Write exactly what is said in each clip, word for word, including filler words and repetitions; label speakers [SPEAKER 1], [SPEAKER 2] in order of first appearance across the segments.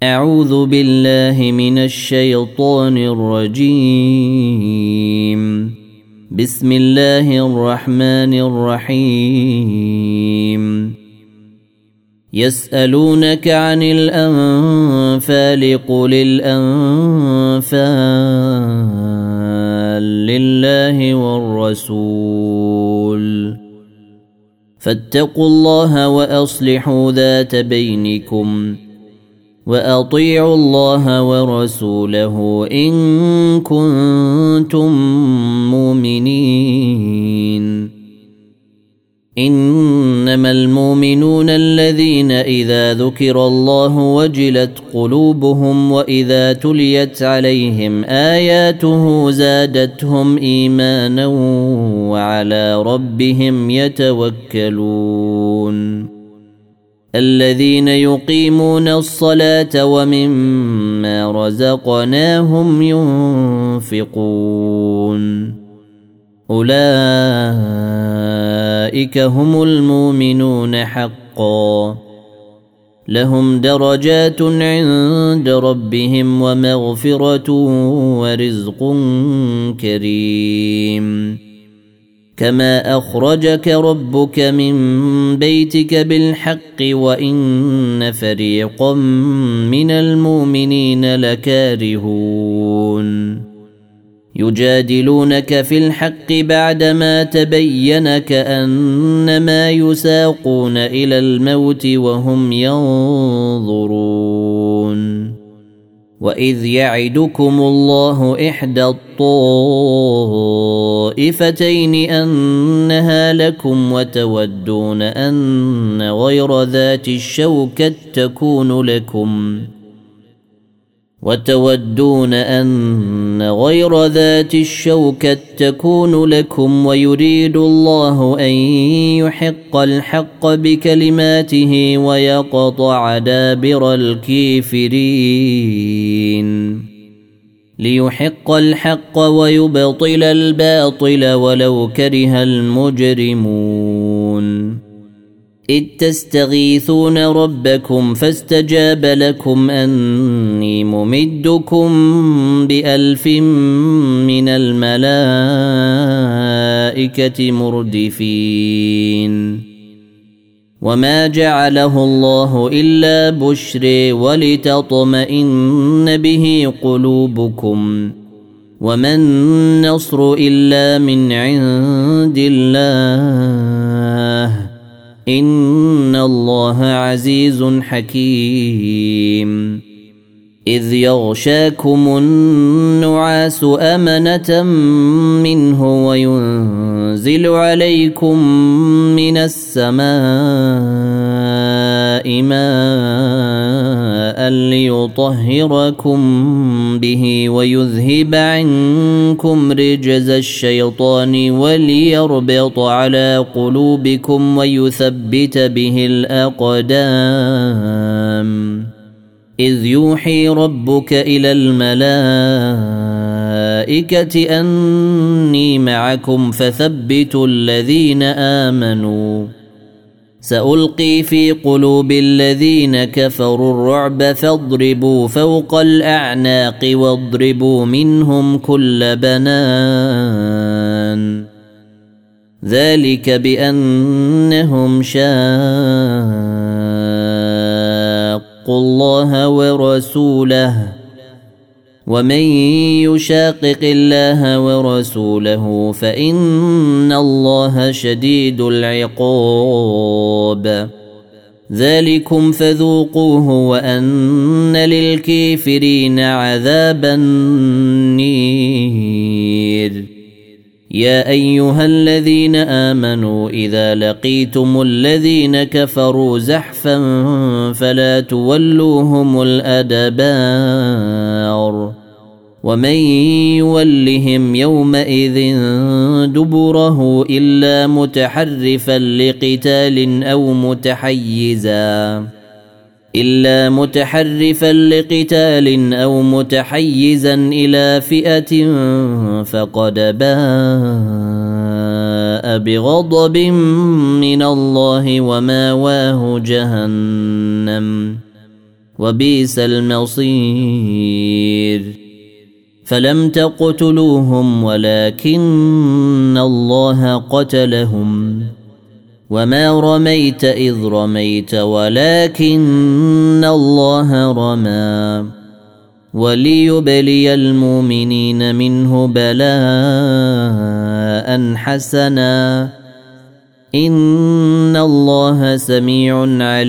[SPEAKER 1] أعوذ بالله من الشيطان الرجيم. بسم الله الرحمن الرحيم. يسألونك عن الأنفال قل الأنفال لله والرسول فاتقوا الله وأصلحوا ذات بينكم وأطيعوا الله ورسوله إن كنتم مؤمنين. إنما المؤمنون الذين إذا ذكر الله وجلت قلوبهم وإذا تليت عليهم آياته زادتهم إيمانا وعلى ربهم يتوكلون. الذين يقيمون الصلاة ومما رزقناهم ينفقون أولئك هم المؤمنون حقا لهم درجات عند ربهم ومغفرة ورزق كريم. كما أخرجك ربك من بيتك بالحق وإن فريقا من المؤمنين لكارهون يجادلونك في الحق بعدما تبين كأنما يساقون إلى الموت وهم ينظرون. وإذ يعدكم الله إحدى الطائفتين أنها لكم وتودون أن غير ذات الشوكة تكون لكم وتودون أن غير ذات الشوكة تكون لكم ويريد الله أن يحق الحق بكلماته ويقطع دابر الكافرين ليحق الحق ويبطل الباطل ولو كره المجرمون. إذ تستغيثون ربكم فاستجاب لكم أني ممدكم بألف من الملائكة مردفين. وما جعله الله إلا بشر ولتطمئن به قلوبكم وما النصر إلا من عند الله إن الله عزيز حكيم. إذ يغشاكم النعاس أمنة منه وينزل عليكم من السماء ماء ليطهركم به ويذهب عنكم رجز الشيطان وليربط على قلوبكم ويثبت به الأقدام. إذ يوحي ربك إلى الملائكة أني معكم فثبتوا الذين آمنوا سألقي في قلوب الذين كفروا الرعب فاضربوا فوق الأعناق واضربوا منهم كل بنان. ذلك بأنهم شاقوا الله ورسوله ومن يشاقق الله ورسوله فإن الله شديد العقاب. ذلكم فذوقوه وأن للكافرين عذاب النير. يا أيها الذين آمنوا إذا لقيتم الذين كفروا زحفا فلا تولوهم الأدبار ومن يولهم يومئذ دبره إلا متحرفا لقتال أو متحيزا إلا متحرفا لقتال أو متحيزا إلى فئة فقد باء بغضب من الله وماواه جهنم وبئس المصير فلم تقتلوهم ولكن الله قتلهم وما رميت إذ رميت ولكن الله رمى وليبلي المؤمنين منه بلاء حسنا إن الله سميع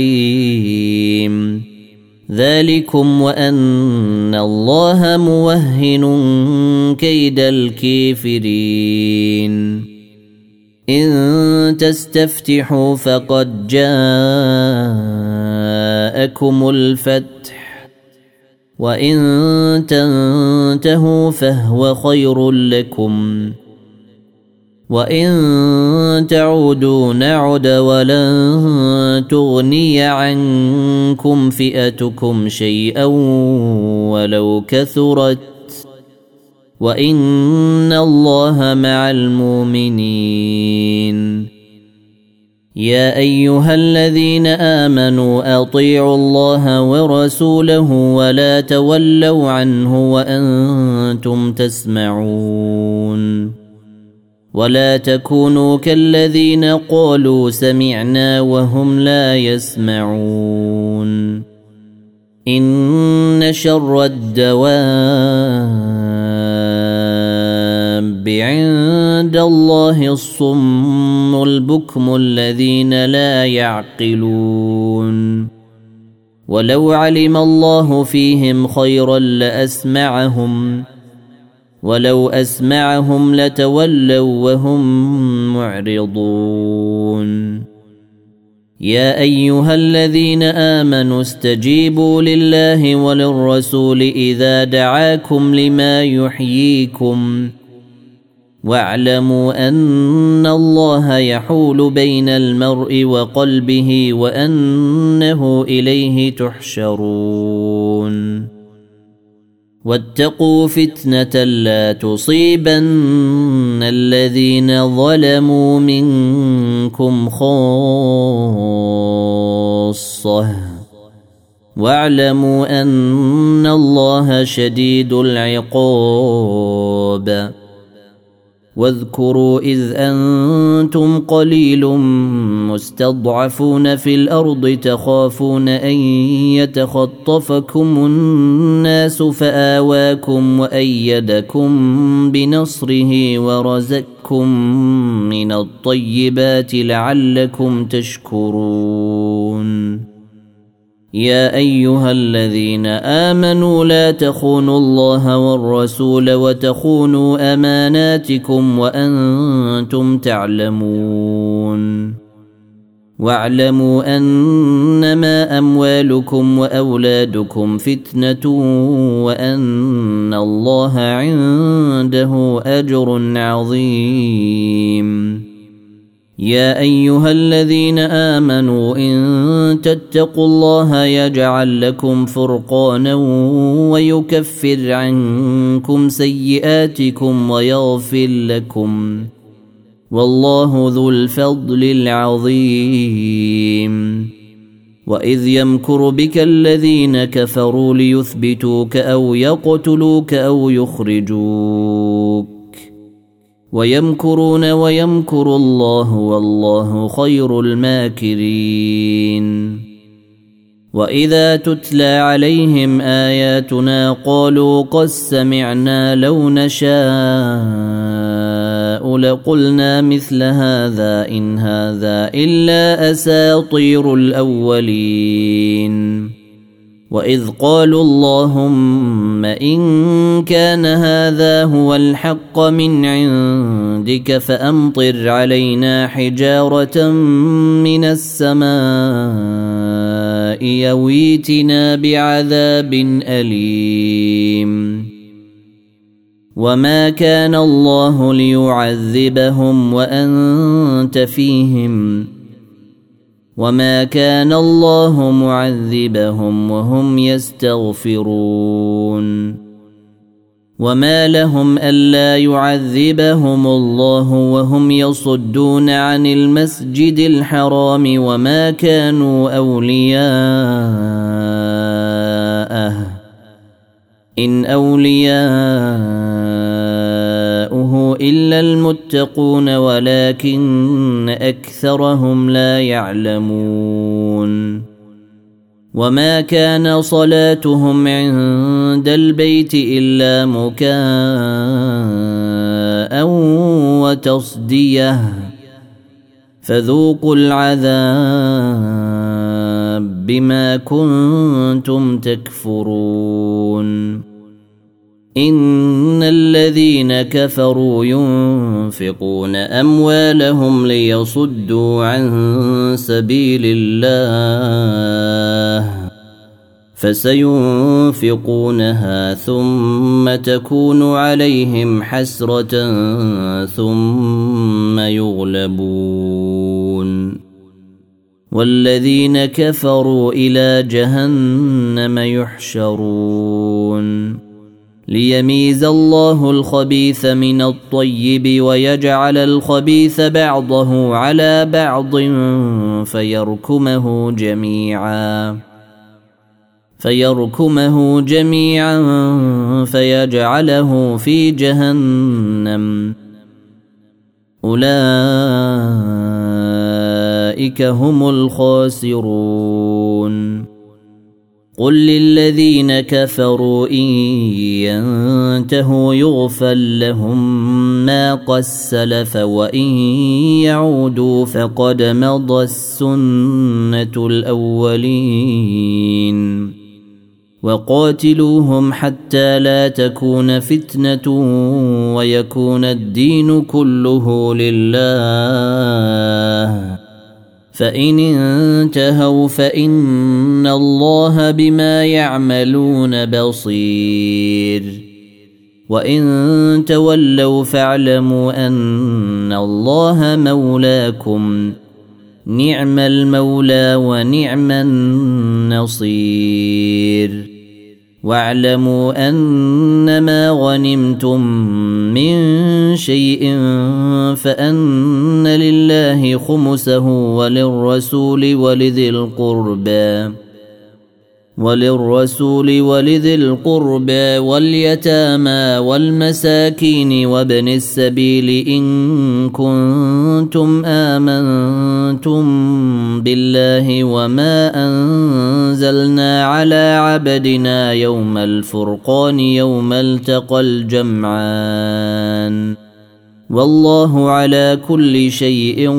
[SPEAKER 1] عليم ذلكم وأن الله موهن كيد الكافرين إن تستفتحوا فقد جاءكم الفتح وإن تنتهوا فهو خير لكم وإن تعودوا نعد ولن تغني عنكم فئتكم شيئا ولو كثرت وإن الله مع المؤمنين يا أيها الذين آمنوا أطيعوا الله ورسوله ولا تولوا عنه وأنتم تسمعون ولا تكونوا كالذين قالوا سمعنا وهم لا يسمعون إن شر الدواب عند الله الصم البكم الذين لا يعقلون ولو علم الله فيهم خيرا لأسمعهم ولو أسمعهم لتولوا وهم معرضون يا أيها الذين آمنوا استجيبوا لله وللرسول إذا دعاكم لما يحييكم واعلموا أن الله يحول بين المرء وقلبه وأنه إليه تحشرون واتقوا فتنة لا تصيبن الذين ظلموا منكم خاصة واعلموا أن الله شديد العقاب واذكروا إذ أنتم قليل مستضعفون في الأرض تخافون أن يتخطفكم الناس فآواكم وأيدكم بنصره ورزقكم من الطيبات لعلكم تشكرون يا أيها الذين آمنوا لا تخونوا الله والرسول وتخونوا أماناتكم وأنتم تعلمون واعلموا أنما أموالكم وأولادكم فتنة وأن الله عنده أجر عظيم يا أيها الذين آمنوا إن تتقوا الله يجعل لكم فرقانا ويكفر عنكم سيئاتكم ويغفر لكم والله ذو الفضل العظيم وإذ يمكر بك الذين كفروا ليثبتوك أو يقتلوك أو يخرجوك ويمكرون ويمكر الله والله خير الماكرين وإذا تتلى عليهم آياتنا قالوا قد سمعنا لو نشاء لقلنا مثل هذا إن هذا إلا أساطير الأولين وإذ قالوا اللهم إن كان هذا هو الحق من عندك فأمطر علينا حجارة من السماء يويتنا بعذاب أليم وما كان الله ليعذبهم وأنت فيهم وما كان الله معذبهم وهم يستغفرون وما لهم ألا يعذبهم الله وهم يصدون عن المسجد الحرام وما كانوا أولياءه إن أولياؤه إلا المتقون ولكن أكثرهم لا يعلمون وما كان صلاتهم عند البيت إلا مكاء وتصدية فذوقوا العذاب بما كنتم تكفرون إن الذين كفروا ينفقون أموالهم ليصدوا عن سبيل الله فسينفقونها ثم تكون عليهم حسرة ثم يغلبون والذين كفروا إلى جهنم يحشرون ليميز الله الخبيث من الطيب ويجعل الخبيث بعضه على بعض فيركمه جميعا فيركمه جميعا فيجعله في جهنم أولئك هم الخاسرون قل للذين كفروا إن ينتهوا يغفر لهم ما قد سلف وإن يعودوا فقد مضى السنة الأولين وقاتلوهم حتى لا تكون فتنة ويكون الدين كله لله فإن انتهوا فإن الله بما يعملون بصير وإن تولوا فاعلموا أن الله مولاكم نعم المولى ونعم النصير واعلموا أنما غنمتم من شيء فأن لله خمسه وللرسول ولذي القربى وللرسول ولذي القربى واليتامى والمساكين وابن السبيل إن كنتم آمنتم بالله وما أنزلنا على عبدنا يوم الفرقان يوم التقى الجمعان والله على كل شيء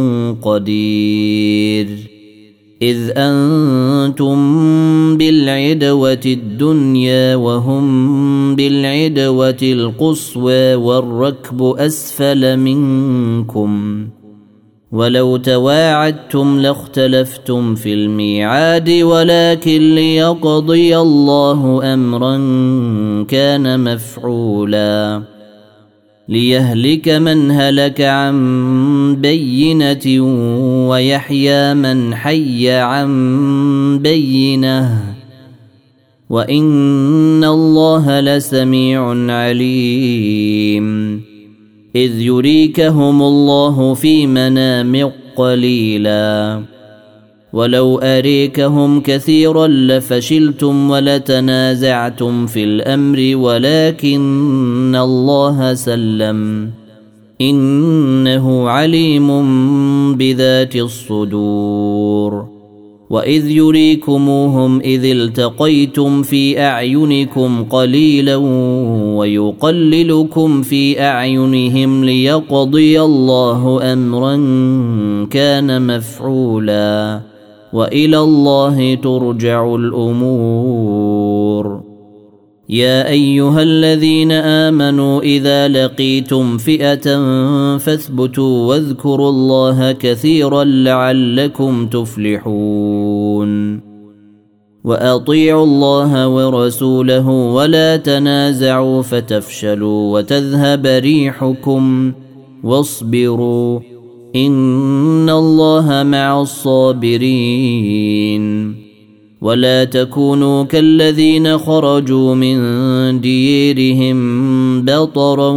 [SPEAKER 1] قدير إذ أنتم بالعدوة الدنيا وهم بالعدوة القصوى والركب أسفل منكم ولو تواعدتم لاختلفتم في الميعاد ولكن ليقضي الله أمرا كان مفعولا ليهلك من هلك عن بينة ويحيى من حي عن بينة وإن الله لسميع عليم إذ يريكهم الله في منام قليلا ولو أريكهم كثيرا لفشلتم ولتنازعتم في الأمر ولكن الله سلم إنه عليم بذات الصدور وإذ يريكموهم إذ التقيتم في أعينكم قليلا ويقللكم في أعينهم ليقضي الله أمرا كان مفعولا وإلى الله ترجع الأمور يا أيها الذين آمنوا إذا لقيتم فئة فاثبتوا واذكروا الله كثيرا لعلكم تفلحون وأطيعوا الله ورسوله ولا تنازعوا فتفشلوا وتذهب ريحكم واصبروا إن الله مع الصابرين ولا تكونوا كالذين خرجوا من ديرهم بطرا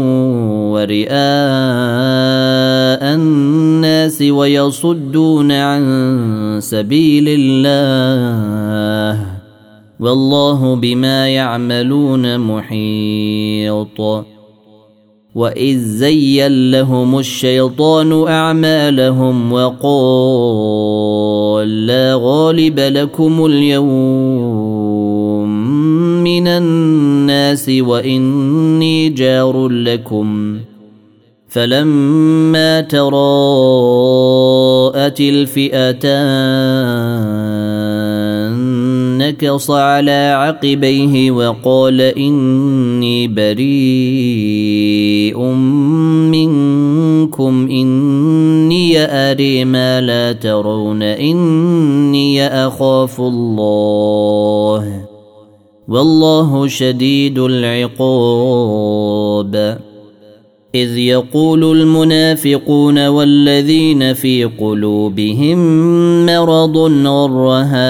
[SPEAKER 1] ورئاء الناس ويصدون عن سبيل الله والله بما يعملون محيط. وإذ زين لهم الشيطان أعمالهم وقال لا غالب لكم اليوم من الناس وإني جار لكم، فلما تراءت الفئتان نكص على عقبيه وقال إني بريء منكم إني أري ما لا ترون إني أخاف الله والله شديد العقاب. إذ يقول المنافقون والذين في قلوبهم مرض غر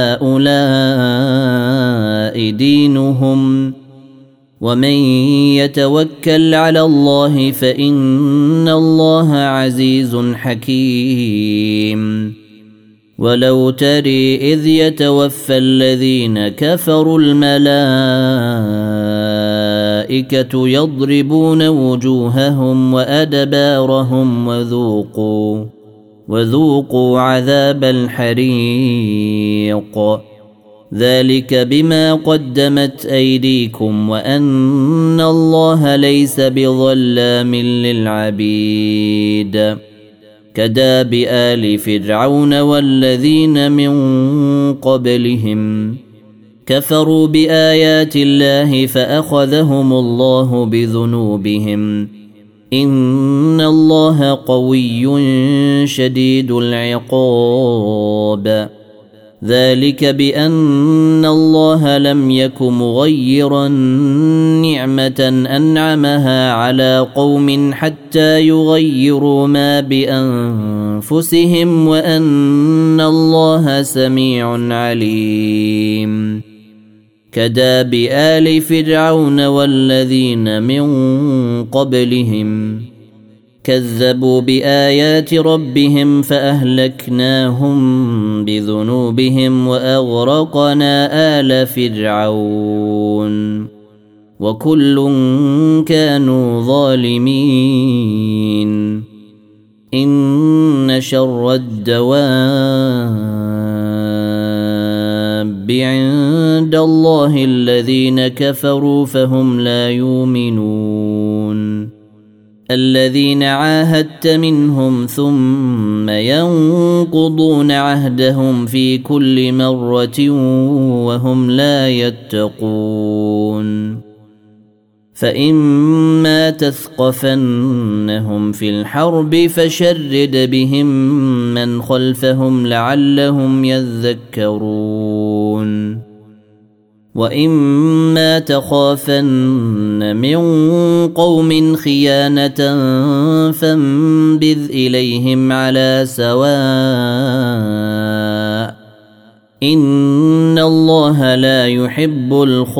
[SPEAKER 1] هؤلاء دينهم ومن يتوكل على الله فإن الله عزيز حكيم. ولو تري إذ يتوفى الذين كفروا الملائكة يضربون وجوههم وأدبارهم وذوقوا وذوقوا عذاب الحريق ذلك بما قدمت أيديكم وأن الله ليس بظلام للعبيد. كداب آل فرعون والذين من قبلهم كفروا بآيات الله فأخذهم الله بذنوبهم إن الله قوي شديد العقاب. ذلك بأن الله لم يك مغيرا نعمة أنعمها على قوم حتى يغيروا ما بأنفسهم وأن الله سميع عليم. كداب آل فرعون والذين من قبلهم كذبوا بآيات ربهم فأهلكناهم بذنوبهم وأغرقنا آل فرعون وكل كانوا ظالمين. إن شر الدواب عند الله الذين كفروا فهم لا يؤمنون. الذين عاهدت منهم ثم ينقضون عهدهم في كل مرة وهم لا يتقون. فإما تثقفنهم في الحرب فشرد بهم من خلفهم لعلهم يذكرون. وإما تخافن من قوم خيانة فانبذ إليهم على سواء إن الله لا يحب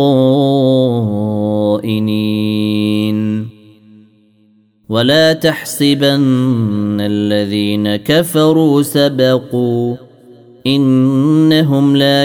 [SPEAKER 1] الخائنين. ولا تحسبن الذين كفروا سبقوا إنهم لا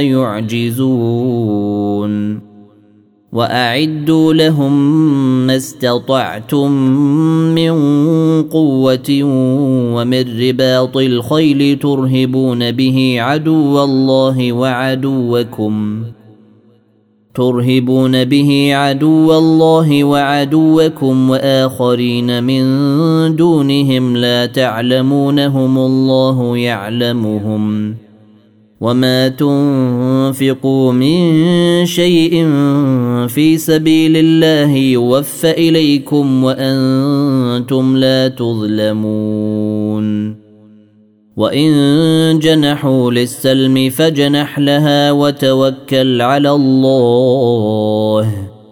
[SPEAKER 1] يعجزون. وأعدوا لهم ما استطعتم من قوة ومن رباط الخيل ترهبون به عدو الله وعدوكم ترهبون به عدو الله وعدوكم وآخرين من دونهم لا تعلمونهم الله يعلمهم. وما تنفقوا من شيء في سبيل الله يوفى إليكم وأنتم لا تظلمون. وإن جنحوا للسلم فجنح لها وتوكل على الله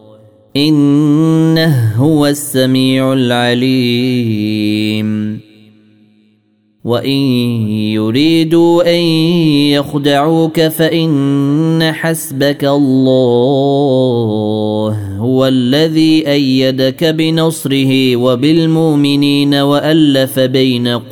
[SPEAKER 1] إنه هو السميع العليم. وإن يريدوا أن يخدعوك فإن حسبك الله هو الذي أيدك بنصره وبالمؤمنين وألف بين